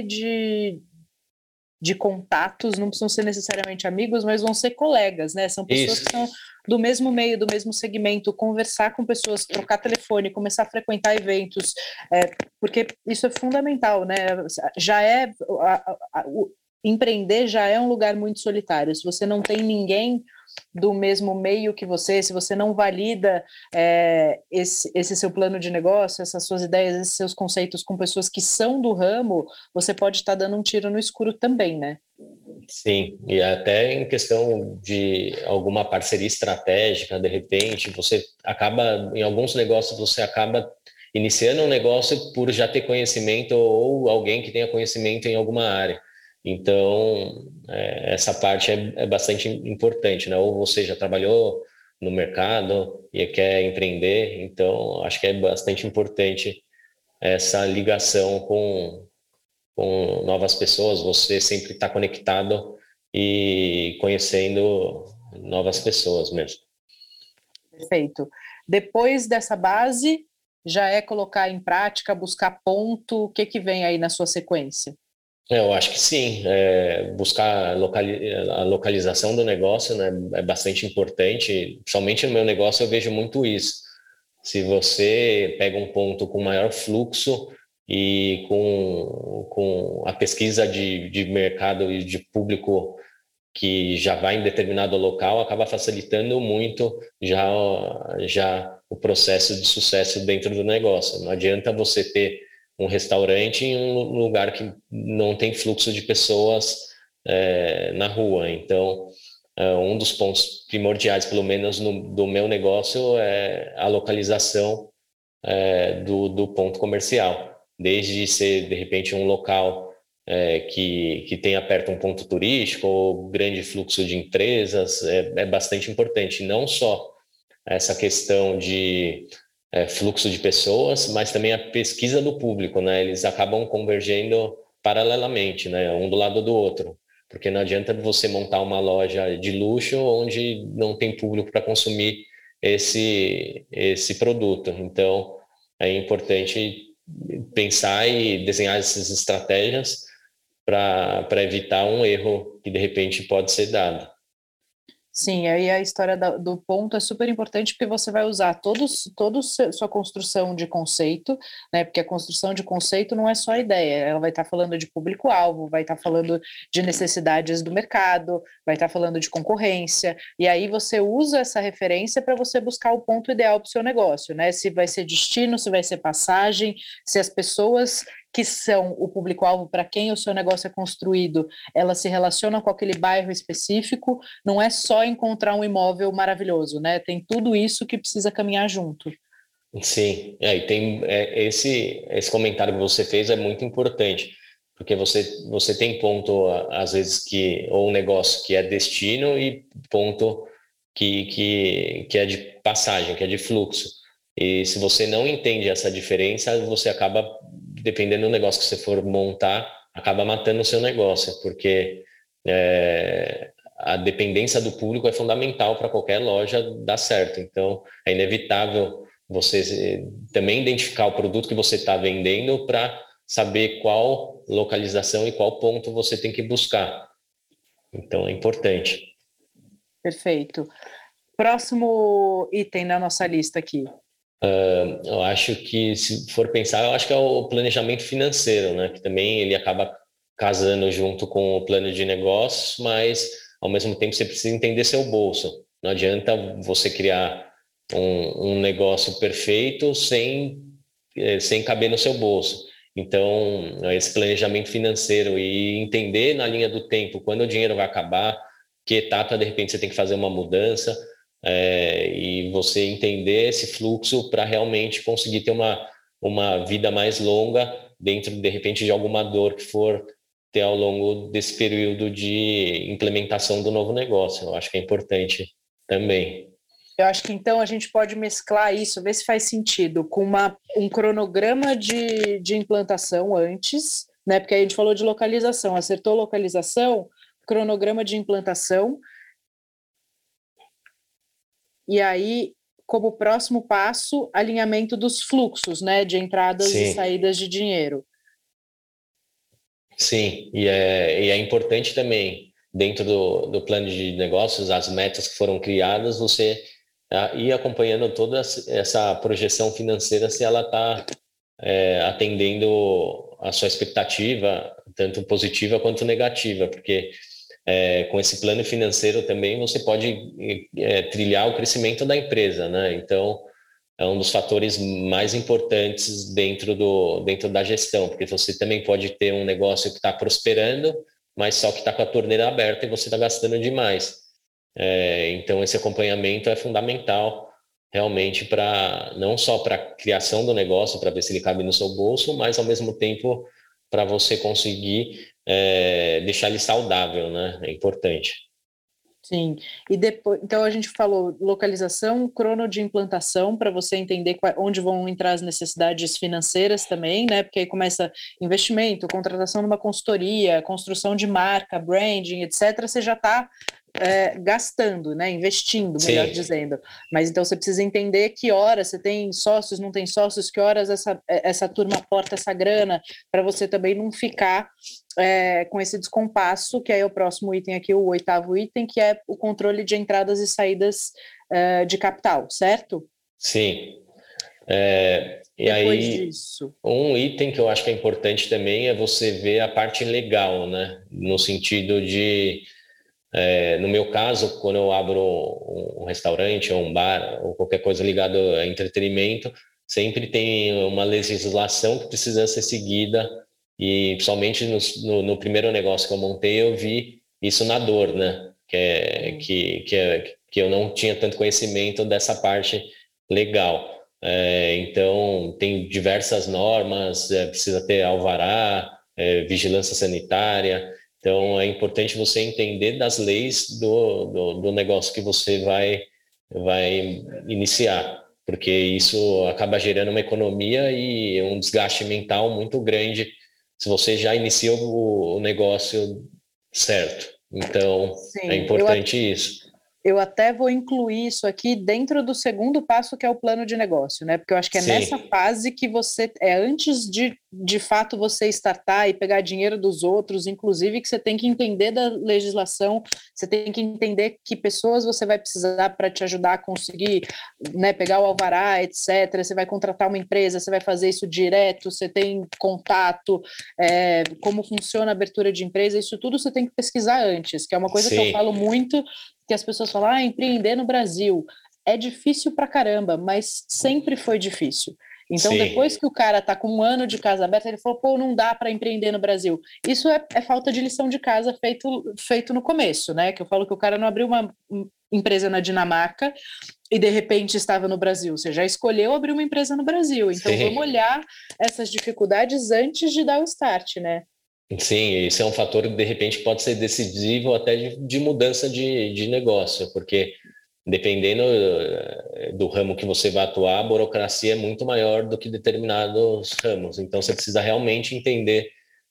de contatos, não precisam ser necessariamente amigos, mas vão ser colegas, né? São pessoas Isso. que são do mesmo meio, do mesmo segmento, conversar com pessoas, trocar telefone, começar a frequentar eventos, porque isso é fundamental, né? Já é empreender já é um lugar muito solitário. Se você não tem ninguém do mesmo meio que você, se você não valida esse seu plano de negócio, essas suas ideias, esses seus conceitos com pessoas que são do ramo, você pode estar dando um tiro no escuro também, né? Sim, e até em questão de alguma parceria estratégica, de repente, você acaba, em alguns negócios, você acaba iniciando um negócio por já ter conhecimento ou alguém que tenha conhecimento em alguma área. Então, essa parte é bastante importante, né? Ou você já trabalhou no mercado e quer empreender. Então, acho que é bastante importante essa ligação com novas pessoas, você sempre está conectado e conhecendo novas pessoas mesmo. Perfeito. Depois dessa base, já é colocar em prática, buscar ponto, o que que vem aí na sua sequência? Eu acho que sim, buscar a localização do negócio, né, é bastante importante, principalmente no meu negócio eu vejo muito isso. Se você pega um ponto com maior fluxo e com a pesquisa de mercado e de público que já vai em determinado local, acaba facilitando muito já o processo de sucesso dentro do negócio. Não adianta você ter um restaurante em um lugar que não tem fluxo de pessoas na rua. Então, um dos pontos primordiais, pelo menos do meu negócio, é a localização do ponto comercial. Desde ser, de repente, um local que tenha perto um ponto turístico ou grande fluxo de empresas, é bastante importante. Não só essa questão de fluxo de pessoas, mas também a pesquisa do público, né? Eles acabam convergendo paralelamente, né? Um do lado do outro. Porque não adianta você montar uma loja de luxo onde não tem público para consumir esse produto. Então, é importante pensar e desenhar essas estratégias para evitar um erro que de repente pode ser dado. Sim, aí a história do ponto é super importante porque você vai usar toda sua construção de conceito, né? Porque a construção de conceito não é só ideia, ela vai estar falando de público-alvo, vai estar falando de necessidades do mercado, vai estar falando de concorrência, e aí você usa essa referência para você buscar o ponto ideal para o seu negócio, né? Se vai ser destino, se vai ser passagem, se as pessoas que são o público-alvo para quem o seu negócio é construído, elas se relacionam com aquele bairro específico, não é só encontrar um imóvel maravilhoso, né? Tem tudo isso que precisa caminhar junto. Sim, e tem esse comentário que você fez é muito importante, porque você tem ponto, às vezes, ou um negócio que é destino e ponto que é de passagem, que é de fluxo. E se você não entende essa diferença, você acaba, dependendo do negócio que você for montar, acaba matando o seu negócio, porque a dependência do público é fundamental para qualquer loja dar certo. Então, é inevitável você também identificar o produto que você está vendendo para saber qual localização e qual ponto você tem que buscar. Então, é importante. Perfeito. Próximo item na nossa lista aqui. Eu acho que, se for pensar, eu acho que é o planejamento financeiro, né? Que também ele acaba casando junto com o plano de negócios, mas ao mesmo tempo você precisa entender seu bolso. Não adianta você criar um negócio perfeito sem caber no seu bolso. Então, esse planejamento financeiro e entender na linha do tempo quando o dinheiro vai acabar, que etapa de repente você tem que fazer uma mudança, e você entender esse fluxo para realmente conseguir ter uma vida mais longa dentro, de repente, de alguma dor que for ter ao longo desse período de implementação do novo negócio. Eu acho que é importante também. Eu acho que então a gente pode mesclar isso, ver se faz sentido, com um cronograma de implantação antes, né? Porque aí a gente falou de localização, acertou localização, cronograma de implantação, e aí, como próximo passo, alinhamento dos fluxos, né? De entradas Sim. e saídas de dinheiro. Sim, e é importante também, dentro do plano de negócios, as metas que foram criadas, você ir acompanhando toda essa projeção financeira, se ela está atendendo a sua expectativa, tanto positiva quanto negativa, porque com esse plano financeiro também você pode trilhar o crescimento da empresa, né? Então, é um dos fatores mais importantes dentro da gestão, porque você também pode ter um negócio que está prosperando, mas só que está com a torneira aberta e você está gastando demais. Então, esse acompanhamento é fundamental, realmente, não só para a criação do negócio, para ver se ele cabe no seu bolso, mas, ao mesmo tempo, para você conseguir deixar ele saudável, né? É importante. Sim, e depois, então a gente falou localização, crono de implantação, para você entender onde vão entrar as necessidades financeiras também, né? Porque aí começa investimento, contratação numa consultoria, construção de marca, branding, etc. Você já está gastando, né? Investindo, melhor Sim, dizendo. Mas então você precisa entender que horas você tem sócios, não tem sócios, que horas essa turma aporta essa grana, para você também não ficar com esse descompasso, que aí é o próximo item aqui, o oitavo item, que é o controle de entradas e saídas de capital, certo? sim. E Depois aí, disso. um item que eu acho que é importante também é você ver a parte legal, né? No sentido de, no meu caso, quando eu abro um restaurante ou um bar ou qualquer coisa ligada a entretenimento, sempre tem uma legislação que precisa ser seguida e, principalmente no primeiro negócio que eu montei, eu vi isso na dor, né? Que eu não tinha tanto conhecimento dessa parte legal. Então, tem diversas normas, precisa ter alvará, vigilância sanitária. Então, é importante você entender das leis do negócio que você vai iniciar, porque isso acaba gerando uma economia e um desgaste mental muito grande se você já inicia o negócio certo. Então, é Sim, importante isso. eu até vou incluir isso aqui dentro do segundo passo, que é o plano de negócio, né? Porque eu acho que é nessa Sim, fase que você, antes de fato você startar e pegar dinheiro dos outros, inclusive, que você tem que entender da legislação, você tem que entender que pessoas você vai precisar para te ajudar a conseguir, né, pegar o alvará, etc. Você vai contratar uma empresa, você vai fazer isso direto, você tem contato, como funciona a abertura de empresa, isso tudo você tem que pesquisar antes, que é uma coisa que eu sim, falo muito, que as pessoas falam, empreender no Brasil é difícil pra caramba, mas sempre foi difícil. Então, sim, depois que o cara tá com um ano de casa aberta, ele falou, pô, não dá para empreender no Brasil. Isso é falta de lição de casa feito no começo, né? Que eu falo que o cara não abriu uma empresa na Dinamarca e de repente estava no Brasil. Você já escolheu abrir uma empresa no Brasil. Então, vamos sim. olhar essas dificuldades antes de dar o start, né? Sim, isso é um fator que de repente pode ser decisivo até de mudança de negócio, porque dependendo do ramo que você vai atuar, a burocracia é muito maior do que determinados ramos. Então você precisa realmente entender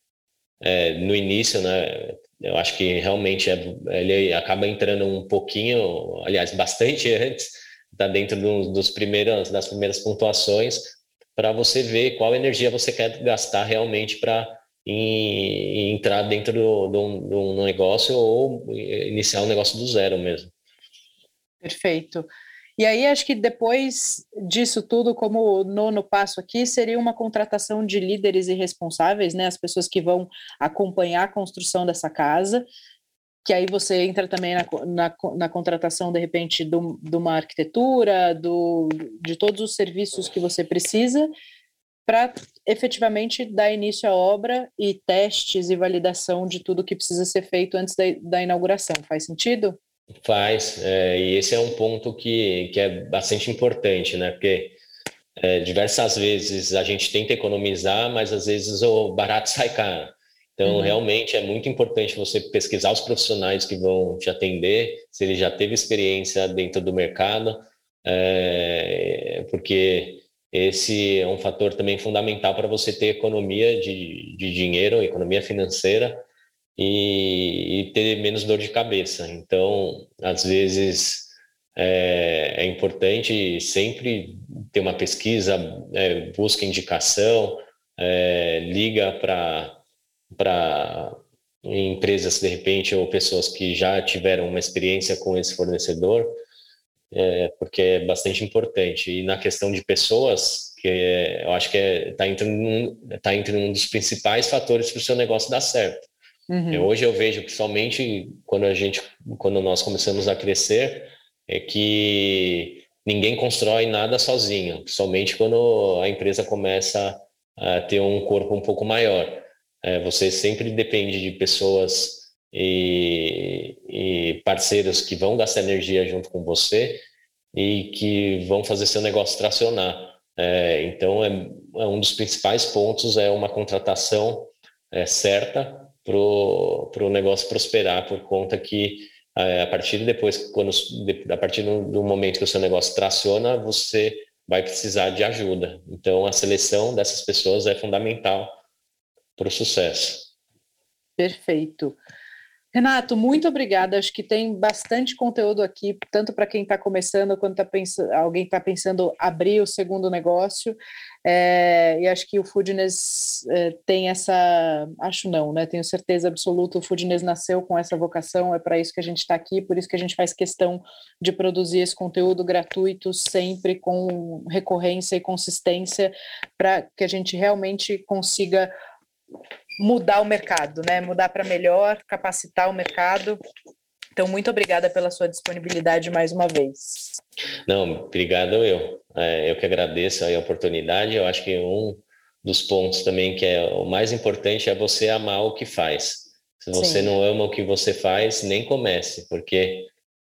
no início, né? Eu acho que realmente ele acaba entrando um pouquinho, aliás, bastante antes, está dentro das primeiras pontuações, para você ver qual energia você quer gastar realmente para entrar dentro do negócio ou iniciar um negócio do zero mesmo. Perfeito. E aí, acho que depois disso tudo, como o nono passo aqui, seria uma contratação de líderes e responsáveis, né? As pessoas que vão acompanhar a construção dessa casa, que aí você entra também na contratação, de repente, de uma arquitetura, de todos os serviços que você precisa para efetivamente dar início à obra e testes e validação de tudo que precisa ser feito antes da inauguração. Faz sentido? Faz, e esse é um ponto que é bastante importante, né? Porque diversas vezes a gente tenta economizar, mas às vezes o barato sai caro. Então, Uhum. realmente é muito importante você pesquisar os profissionais que vão te atender, se ele já teve experiência dentro do mercado, porque esse é um fator também fundamental para você ter economia de dinheiro, economia financeira e ter menos dor de cabeça. Então, às vezes é importante sempre ter uma pesquisa, busca indicação, liga para empresas de repente ou pessoas que já tiveram uma experiência com esse fornecedor, porque é bastante importante. E na questão de pessoas, eu acho que tá entre um dos principais fatores para o seu negócio dar certo. Uhum. Hoje eu vejo, principalmente quando nós começamos a crescer, é que ninguém constrói nada sozinho, principalmente quando a empresa começa a ter um corpo um pouco maior. Você sempre depende de pessoas e parceiros que vão gastar energia junto com você e que vão fazer seu negócio tracionar. Então, um dos principais pontos é uma contratação certa para o negócio prosperar, por conta que A partir depois, a partir do momento que o seu negócio traciona, você vai precisar de ajuda. Então, a seleção dessas pessoas é fundamental para o sucesso. Perfeito. Renato, muito obrigada. Acho que tem bastante conteúdo aqui, tanto para quem está começando, quanto alguém está pensando abrir o segundo negócio. E acho que o Foodness tem essa. Acho não, né? Tenho certeza absoluta. O Foodness nasceu com essa vocação, é para isso que a gente está aqui, por isso que a gente faz questão de produzir esse conteúdo gratuito, sempre com recorrência e consistência, para que a gente realmente consiga mudar o mercado, né? Mudar para melhor, capacitar o mercado. Então, muito obrigada pela sua disponibilidade mais uma vez. Não, obrigado eu. Eu que agradeço a oportunidade. Eu acho que um dos pontos também que é o mais importante é você amar o que faz. Se você Sim. não ama o que você faz, nem comece, porque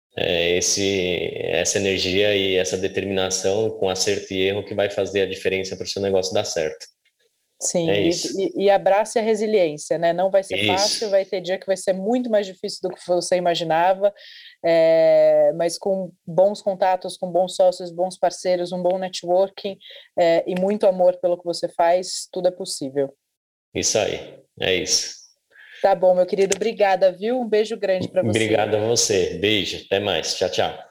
essa energia e essa determinação com acerto e erro que vai fazer a diferença para o seu negócio dar certo. Sim, e abrace a resiliência, né? Não vai ser Isso. fácil, vai ter dia que vai ser muito mais difícil do que você imaginava, mas com bons contatos, com bons sócios, bons parceiros, um bom networking e muito amor pelo que você faz, tudo é possível. Isso aí, é isso. Tá bom, meu querido, obrigada, viu? Um beijo grande para você. Obrigado a você, beijo, até mais, tchau, tchau.